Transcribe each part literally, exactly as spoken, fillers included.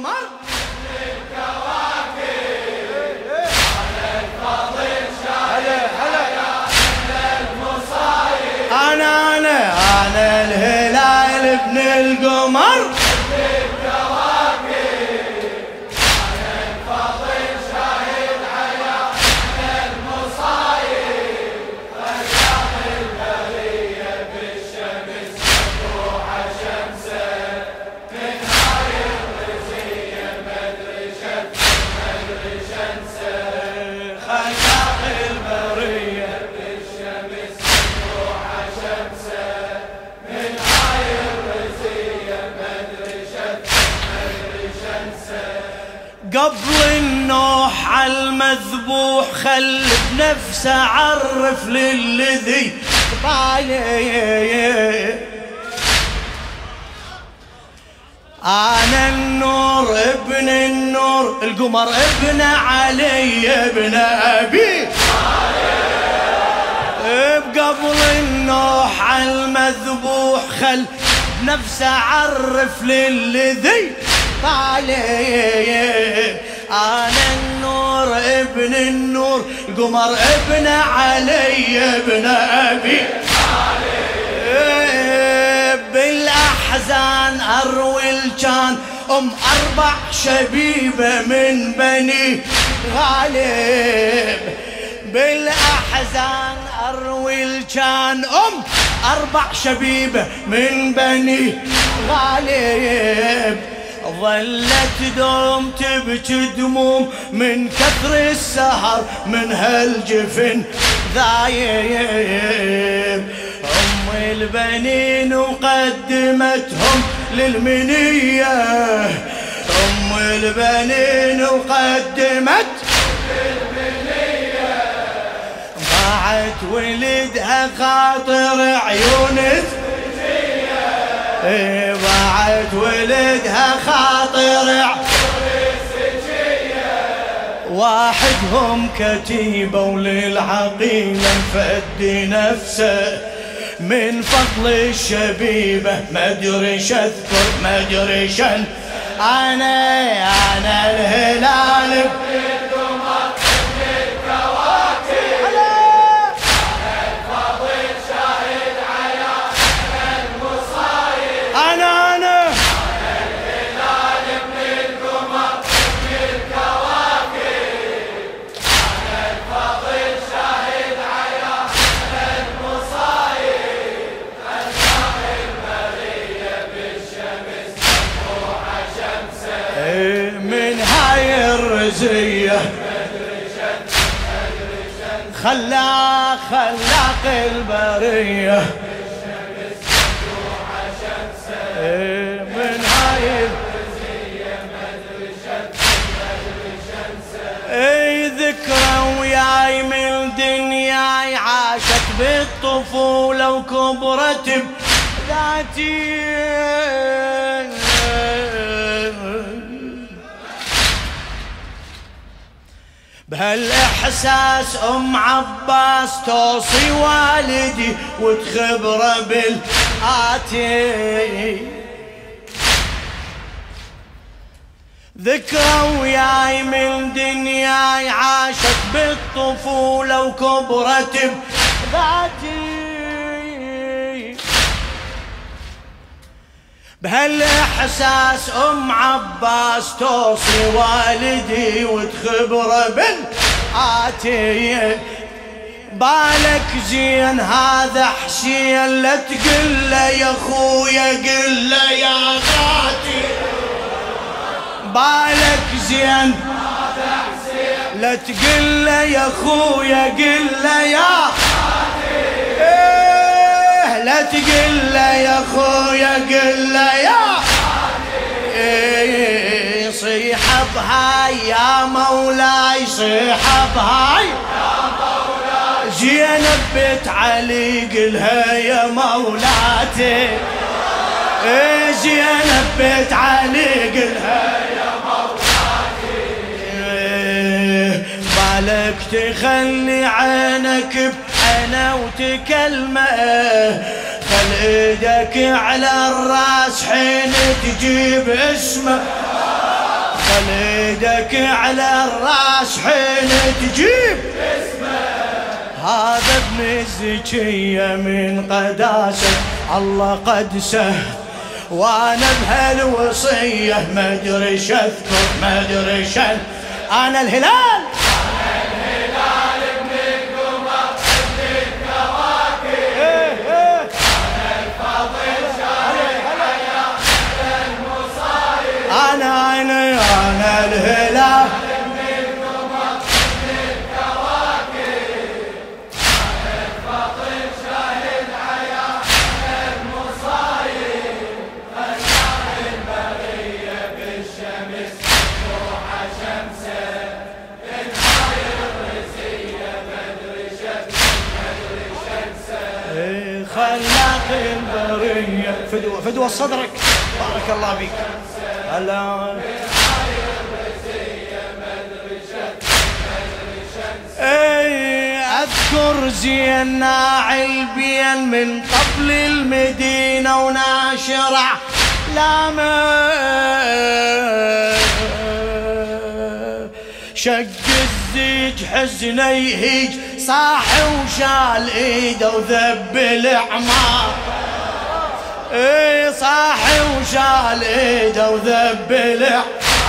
القمر أنا أنا أنا الهلال ابن القمر قبل النوح عالمذبوح خل بنفسه عرف للذي بالي أنا النور ابن النور القمر ابن علي ابن أبي قبل النوح عالمذبوح خل بنفسه عرف للذي علي أنا النور ابن النور القمر ابن علي ابن أبي بالأحزان أروي الجان أم أربع شبيبة من بني غالب بالأحزان أروي الجان أم أربع شبيبة من بني غالب ظلت دوم تبكي دموم من كثر السهر من هالجفن ذايب أم البنين وقدمتهم للمنية أم البنين وقدمت للمنية ضاعت ولدها خاطر عيون ضاعت ولدها خاطر واحدهم كتيبة وللعقيلة مفد نفسه من فضل الشبيبة ما ادري شذكر ما ادري شن انا انا الهلال خلاق خلاق البرية من هاي اي ذكرى وياي من دنياي عاشت بالطفولة وكبرت بذاتي بهالإحساس أم عباس توصي والدي وتخبره بالآتي ذكرى وياي من دنياي عاشت بالطفولة وكبرت بذاتي بهالإحساس أم عباس توصي والدي وتخبره بالآتي بالك زين هذا حسين لا تقل له يا خويا قل له يا غاتي بالك زين هذا حسين لا تقل له يا خويا قل له يا لا تقل له يا خويا قل له يا إيه صيح بهاي يا مولاي صيح بهاي يا مولاي زينب بنت علي قلها يا مولاتي إيه زينب بنت علي قلها يا مولاتي إيه بالك تخلي عينك بحنا وتكلمه خل ايدك على الراس حين تجيب اسمه خليدك على الراس حين تجيب اسمه. هذا ابن الزكية من قداسة الله قدسه، وانا بهالوصية ما ادري شذكر ما ادري شذ. انا الهلال انا الهلال ابن القمر ابن الكواكب. ايه ايه انا الفاضل شاهد حياة المصايب. انا انا انا الهلال ابن القمر ابن الكواكب. انا الفاضل شاهد حياة المصايب. أشعل البرية بالشمس روح شمسه. انهاي الرزية بدر شمس بدر شمسه. خلاق البرية فدوة فدوة صدرك بارك الله فيك. هلا اذكر زين ناعي البين من قبل المدينة وناشرع لامه. شق الزيج حزنه يهيج صاح وشال ايده وذب العمار. اي صاح وشال ايده وذب العمار.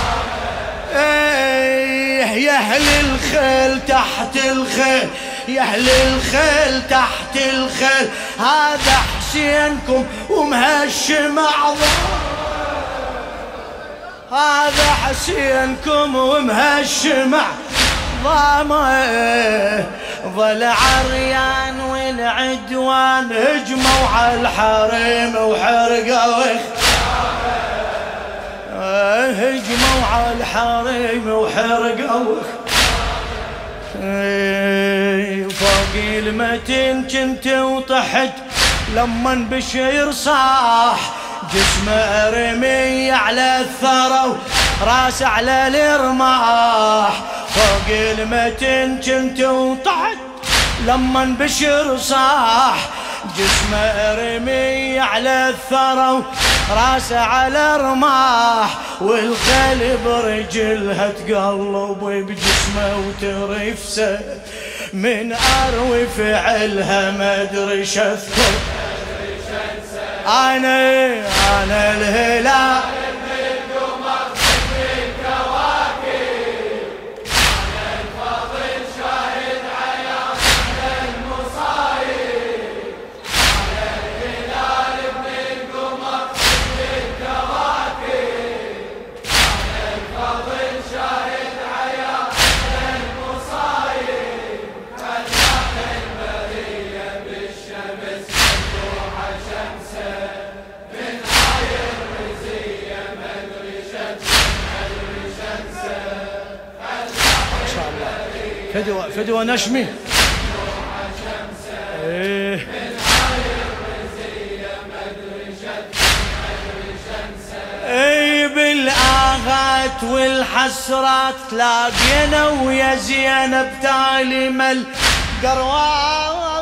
ايه يا اهل الخيل تحت الخيل يا اهل الخيل تحت الخيل. هذا حسينكم ومهشم عظام. هذا حسينكم ومهشم عظامه. ظل عريان والعدوان هجموا على الحريم وحرقوا هجموا على الحريم وحرقوا. فوق المتن كنت وطحت لما بشير صاح. جسمه رمي على الثرى راس على الرماح. فوق المتن كنت وطحت لما بشير صاح. جسمه رمي على الثرى راسه على رماح. والخيل برجلها تقلب بجسمه وترفسه. من اروي فعلها ما ادري شذكر. انا انا الهلال فدوة فدوة نشمي. إيه. اي بالاغات والحسرات تلاقينا ويا زينب تالي مل قرواح.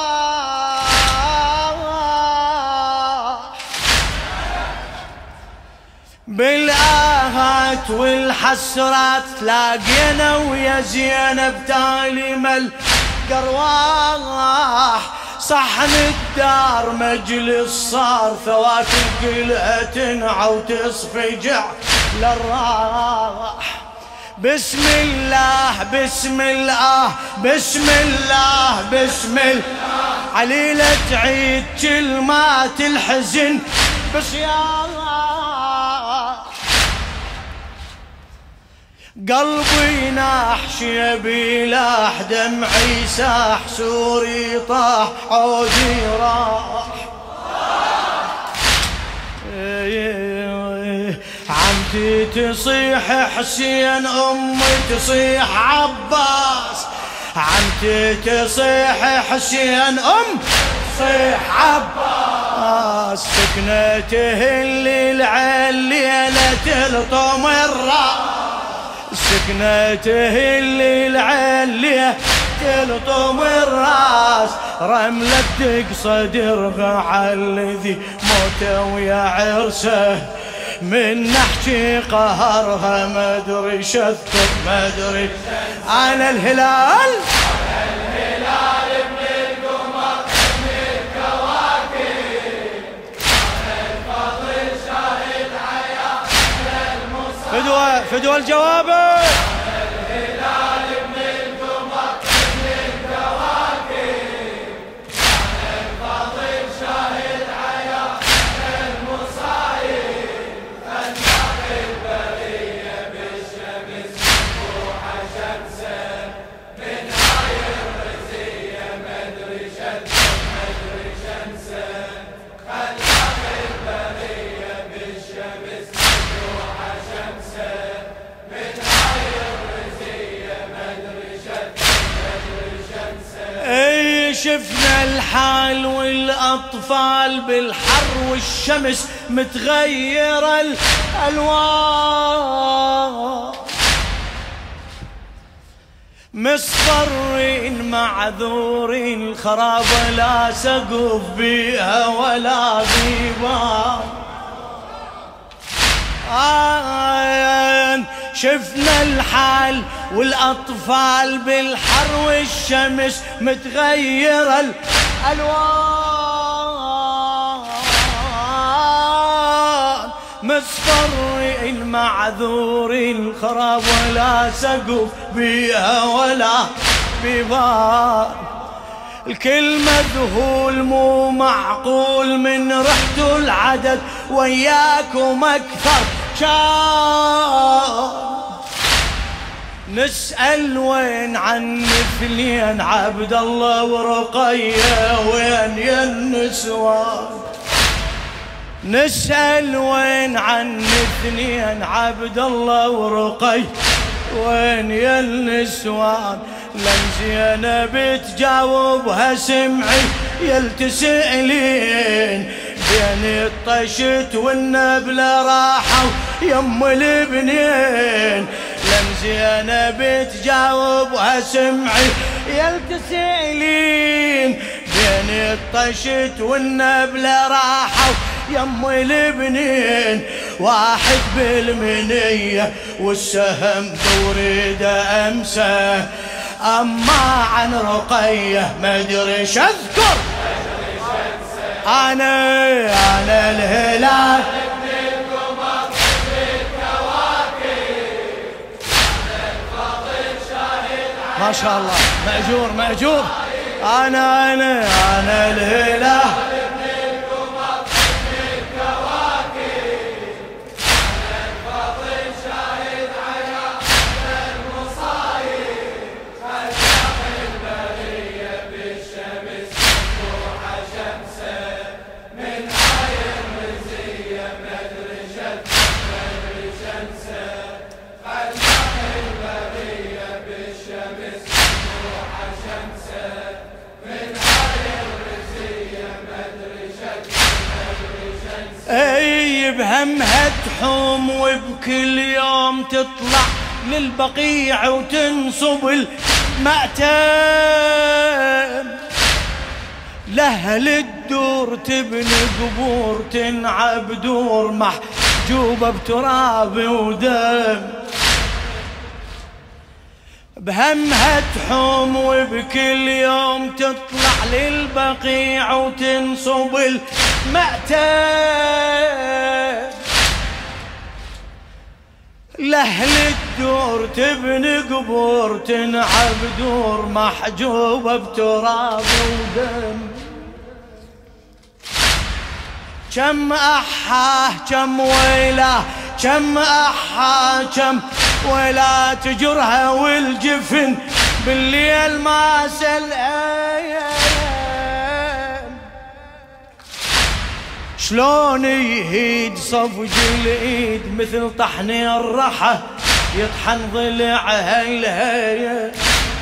بالآهات والحسرات تلاقينا ويا زينب تالي مل قرواح. صحن الدار مجلس صار ثواتي كلها تنعى وتصفجع للراح. بسم الله بسم الله بسم الله بسم الله. عليلة عيد كلمات الحزن بس يا قلبي ناح شيبي لاح دمعي ساح سوري طاح عودي راح. عمتي تصيح حسين امي تصيح عباس. عمتي تصيح حسين ام تصيح عباس. سكنته اللي العليلة تلطم الراس. سكنته اللي العلية تلطم الراس. رملة دق صدرها على الذي موته ويا عرسه. من نحكي قهرها ما ادري شذكر ما ادري. انا الهلال فدوى فدوى الجواب. الهلال ابن القمر ابن الكواكب كان الفضل شاهد عيا المصايب فلتق البرية بالشمس مفتوحة شمسه من هاي الرزية مدري شمسه مدري شمسه خلق البرية بالشمس مفتوحة شمسه من هاي الرزية مدري شمسه مدري شمسه. اي شفنا الحال والاطفال بالحر والشمس متغيرة الالوان مصفرين معذورين الخرابة لا سقف بيها ولا بيبان. آه شفنا الحال والأطفال بالحر والشمس متغيرة الألوان مصفرين معذورين الخراب ولا سقف بيها ولا بيبان. الكل مذهول مو معقول من رحتوا العدد وياكم أكثر كان. نسأل وين عن اثنين عبد الله ورقية وين يا النسوان. نسأل وين عن اثنين عبد الله ورقية وين يا النسوان. لن زينب تجاوبها سمعي يلتسئلين بين الطشت والنبلة راحوا يم البنين. لن زينب تجاوبها سمعي يلتسئلين بين الطشت والنبلة راحوا يم البنين. واحد بالمنية والسهم توريده أمسه أما عن رقية ما ادري اذكر. أنا أنا الهلال ابن القمر ابن الكواكب كان الفضل شاهد ما شاء الله مأجور مأجور. أنا أنا أنا الهلال ابن القمر ابن الكواكب كان الفضل شاهد عيا المصايب خلق البرية بالشمس مفتوحة شمسه من هاي الرزية مدري شمسه مدري شمسه خلق البرية بالشمس مفتوحة شمسه من هاي الرزية مدري شمسه مدري شمسه. اي بهمها تحوم وبكل يوم تطلع للبقيع وتنصب المأتم. لأهل الدور تبني قبور تنعب دور محجوبة بتراب ودم. بهمها تحوم وبكل يوم تطلع للبقيع وتنصب المأتم. لأهل الدور تبني قبور تنعب دور محجوبة بتراب ودم. كم أحاه كم ويلاه كم أحاه كم ولا تجرها والجفن بالليل ما سلأيام. شلون يهيد صفج الايد مثل طحن الرحى يطحن ضلعها الهيا.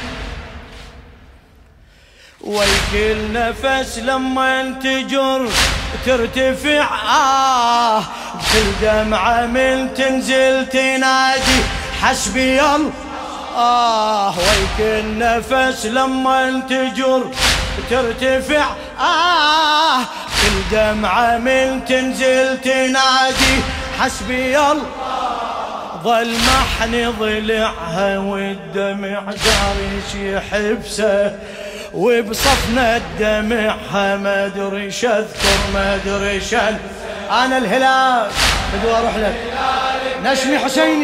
ويكل نفس لما تجر ترتفع آه بكل دمعة من تنزل تنادي حسبي الله آه. ويكل نفس لما تجر ترتفع آه كل دمعة من تنزل تنادي حسبي الله. ظل محني ضلعها والدمع جاري يحبسه، وبصفنا الدمعها ما ادري شذكر ما ادري شل. انا الهلال بدي اروح لك نشمي حسيني.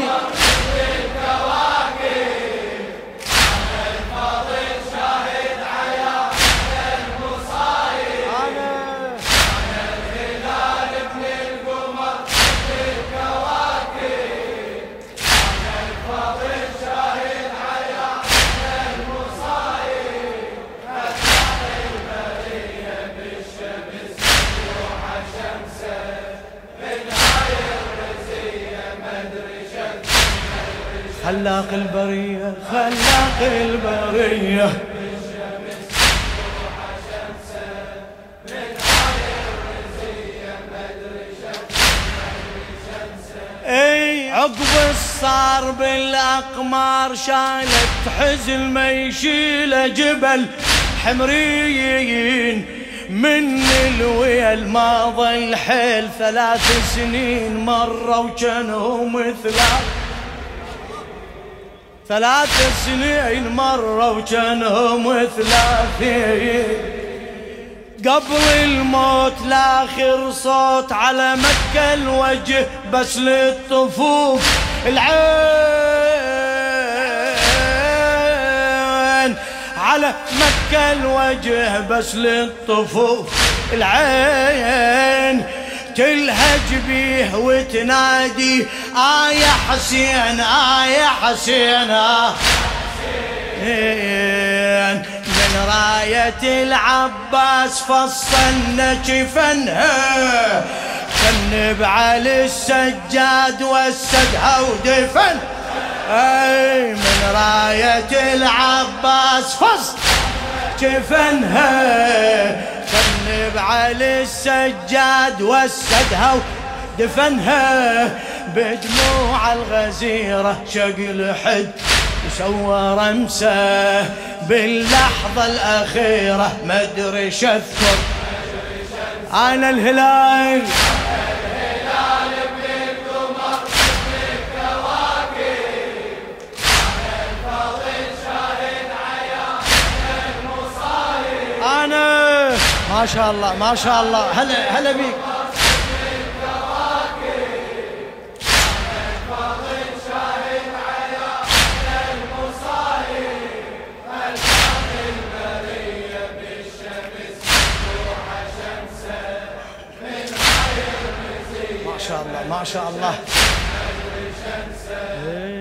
خلاق البرية خلاق البرية اي عقب الصار بالاقمار شالت حزن ما يشيل جبل حمريين من الويل ما ظل حيل ثلاث سنين مرة وكانهم ثلاث ثلاث سنين مرة وكانهم ثلاثين قبل الموت لاخر صوت على مكة الوجه بس للطفوف العين على مكة الوجه بس للطفوف العين تلهج بيه وتنادي آه يا حسين آه يا حسين آه من راية العباس فصلنا جفنها كنب على السجاد وسدها ودفن. اي من راية العباس فصل جفنها كنب على السجاد وسدها ودفنها بدموع الغزيرة شق الحد وسوى رمسه باللحظة الأخيرة ما ادري شذكر. أنا الهلال أنا ما شاء الله ما شاء الله. هلا هلا بيك. ما شاء الله ما شاء الله.